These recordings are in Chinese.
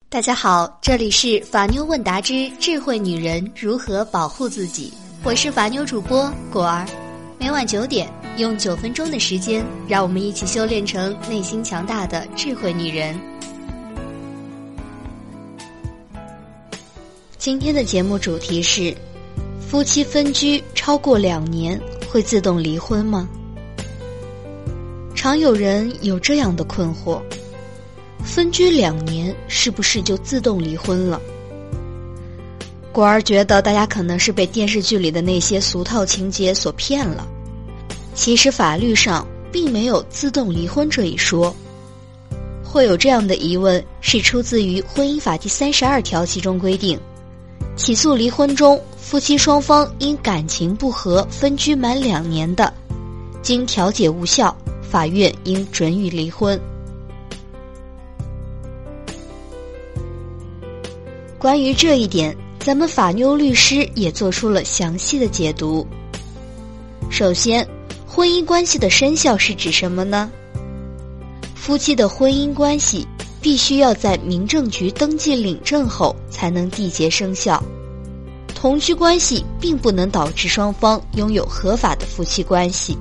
大家好，这里是法妞问答之智慧女人如何保护自己，我是法妞主播果儿。每晚9点，用9分钟的时间，让我们一起修炼成内心强大的智慧女人。今天的节目主题是：夫妻分居超过2年会自动离婚吗？常有人有这样的困惑，分居2年是不是就自动离婚了？果儿觉得大家可能是被电视剧里的那些俗套情节所骗了。其实法律上并没有自动离婚这一说。会有这样的疑问，是出自于婚姻法第32条其中规定，起诉离婚中夫妻双方因感情不和分居满2年的，经调解无效，法院应准予离婚。关于这一点，咱们法妞律师也做出了详细的解读。首先，婚姻关系的生效是指什么呢？夫妻的婚姻关系必须要在民政局登记领证后才能缔结生效。同居关系并不能导致双方拥有合法的夫妻关系。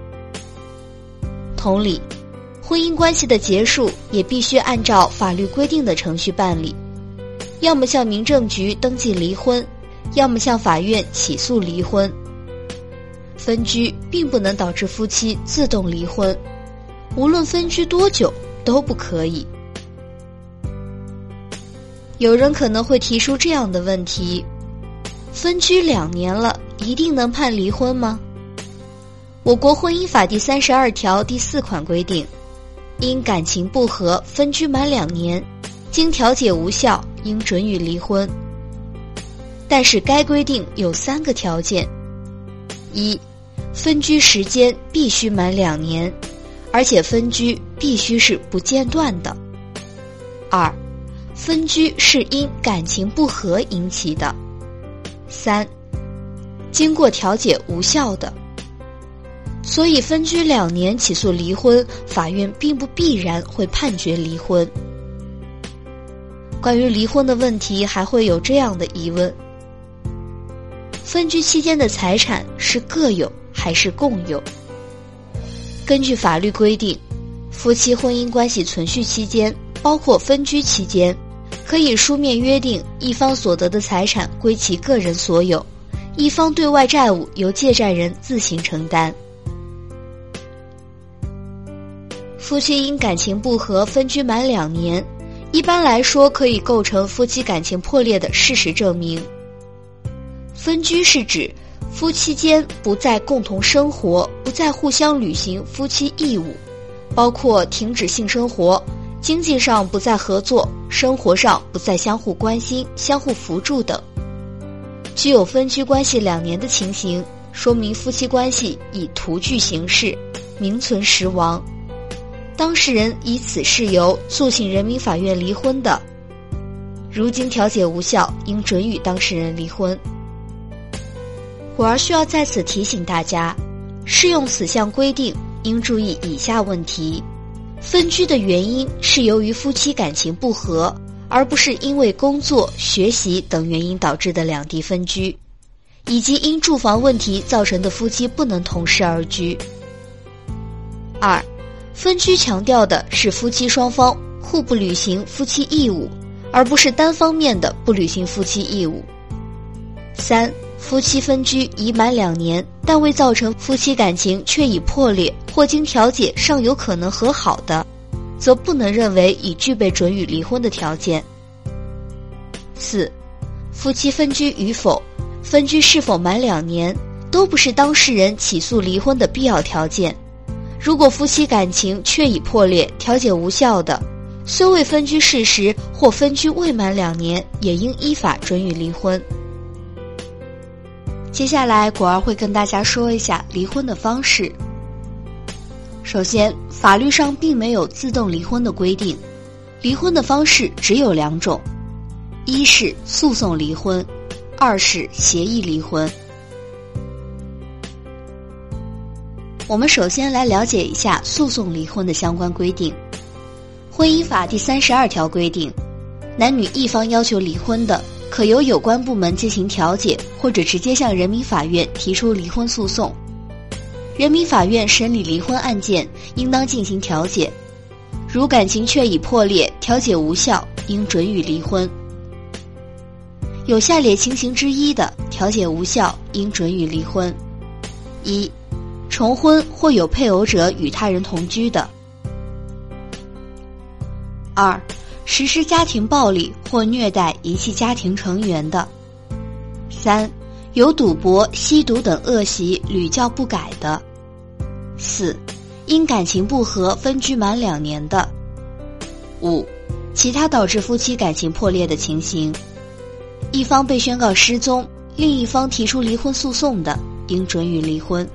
同理，婚姻关系的结束也必须按照法律规定的程序办理。要么向民政局登记离婚，要么向法院起诉离婚。分居并不能导致夫妻自动离婚，无论分居多久都不可以。有人可能会提出这样的问题：分居2年了，一定能判离婚吗？我国婚姻法第32条第4款规定，因感情不和分居满2年，经调解无效，应准予离婚。但是该规定有3个条件：一、分居时间必须满2年，而且分居必须是不间断的；二、分居是因感情不和引起的；三、经过调解无效的。所以分居2年起诉离婚，法院并不必然会判决离婚。关于离婚的问题，还会有这样的疑问：分居期间的财产是各有还是共有？根据法律规定，夫妻婚姻关系存续期间，包括分居期间，可以书面约定一方所得的财产归其个人所有，一方对外债务由借债人自行承担。夫妻因感情不和分居满2年，一般来说可以构成夫妻感情破裂的事实证明。分居是指夫妻间不再共同生活，不再互相履行夫妻义务，包括停止性生活，经济上不再合作，生活上不再相互关心、相互扶助等。具有分居关系2年的情形，说明夫妻关系已图具形式，名存实亡。当事人以此事由诉请人民法院离婚的，如经调解无效，应准予当事人离婚。果儿需要在此提醒大家，适用此项规定应注意以下问题：分居的原因是由于夫妻感情不和，而不是因为工作、学习等原因导致的两地分居，以及因住房问题造成的夫妻不能同时而居。二、分居强调的是夫妻双方互不履行夫妻义务，而不是单方面的不履行夫妻义务。三、夫妻分居已满2年，但未造成夫妻感情却已破裂或经调解尚有可能和好的，则不能认为已具备准予离婚的条件。四、夫妻分居与否，分居是否满2年，都不是当事人起诉离婚的必要条件。如果夫妻感情确已破裂，调解无效的，虽未分居事实或分居未满2年，也应依法准予离婚。接下来果儿会跟大家说一下离婚的方式。首先，法律上并没有自动离婚的规定，离婚的方式只有2种，一是诉讼离婚，二是协议离婚。我们首先来了解一下诉讼离婚的相关规定。婚姻法第32条规定， 男女一方要求离婚的，可由有关部门进行调解，或者直接向人民法院提出离婚诉讼。人民法院审理离婚案件，应当进行调解。如感情确已破裂，调解无效，应准予离婚。有下列情形之一的，调解无效，应准予离婚：一、重婚或有配偶者与他人同居的；二、实施家庭暴力或虐待遗弃家庭成员的；三、有赌博、吸毒等恶习屡教不改的；四、因感情不和分居满2年的；五、其他导致夫妻感情破裂的情形。一方被宣告失踪，另一方提出离婚诉讼的，应准予离婚。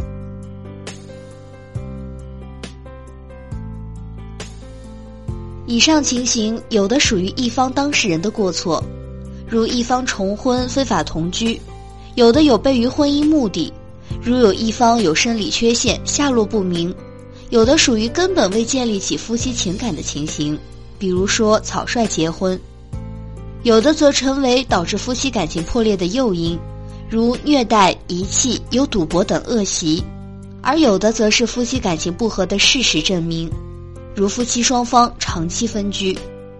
以上情形有的属于一方当事人的过错，如一方重婚非法同居；有的有悖于婚姻目的，如有一方有生理缺陷下落不明；有的属于根本未建立起夫妻情感的情形，比如说草率结婚；有的则成为导致夫妻感情破裂的诱因，如虐待、遗弃、有赌博等恶习；而有的则是夫妻感情不和的事实证明，如夫妻双方长期分居。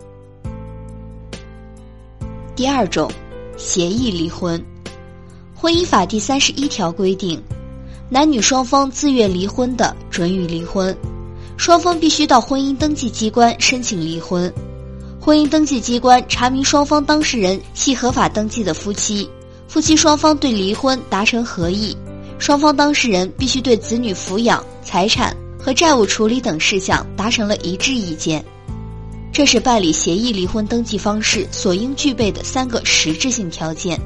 第二种，协议离婚。婚姻法第31条规定，男女双方自愿离婚的，准予离婚，双方必须到婚姻登记机关申请离婚。婚姻登记机关查明双方当事人系合法登记的夫妻，夫妻双方对离婚达成合意，双方当事人必须对子女抚养、财产和债务处理等事项达成了一致意见。这是办理协议离婚登记方式所应具备的3个实质性条件。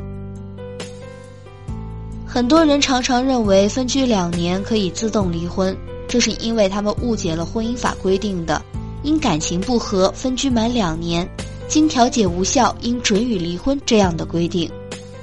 很多人常常认为分居2年可以自动离婚，这是因为他们误解了婚姻法规定的因感情不和分居满2年，经调解无效应准予离婚这样的规定。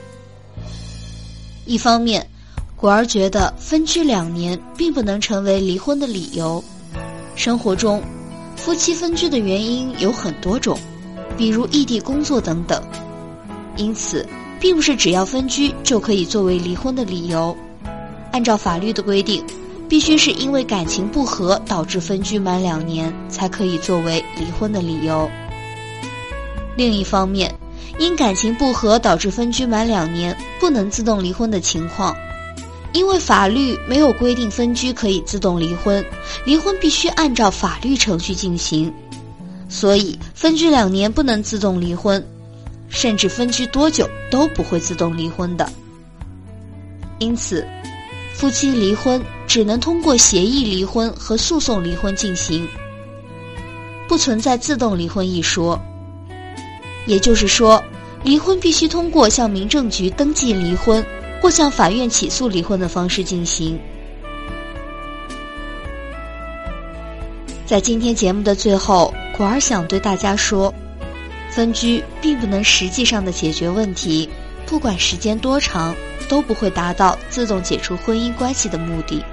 一方面，果儿觉得分居2年并不能成为离婚的理由。生活中，夫妻分居的原因有很多种，比如异地工作等等，因此并不是只要分居就可以作为离婚的理由。按照法律的规定，必须是因为感情不和导致分居满2年，才可以作为离婚的理由。另一方面，因感情不和导致分居满2年不能自动离婚的情况，因为法律没有规定分居可以自动离婚，离婚必须按照法律程序进行，所以分居2年不能自动离婚，甚至分居多久都不会自动离婚的。因此，夫妻离婚只能通过协议离婚和诉讼离婚进行，不存在自动离婚一说。也就是说，离婚必须通过向民政局登记离婚或向法院起诉离婚的方式进行。在今天节目的最后，果儿想对大家说，分居并不能实际上的解决问题，不管时间多长，都不会达到自动解除婚姻关系的目的。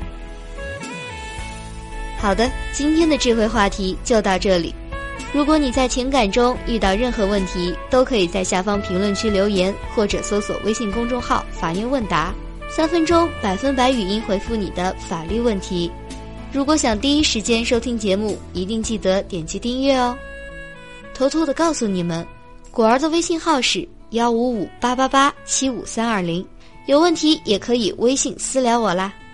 好的，今天的智慧话题就到这里。如果你在情感中遇到任何问题，都可以在下方评论区留言，或者搜索微信公众号法院问答，3分钟100%语音回复你的法律问题。如果想第一时间收听节目，一定记得点击订阅哦。偷偷的告诉你们，果儿的微信号是15588875320，有问题也可以微信私聊我啦。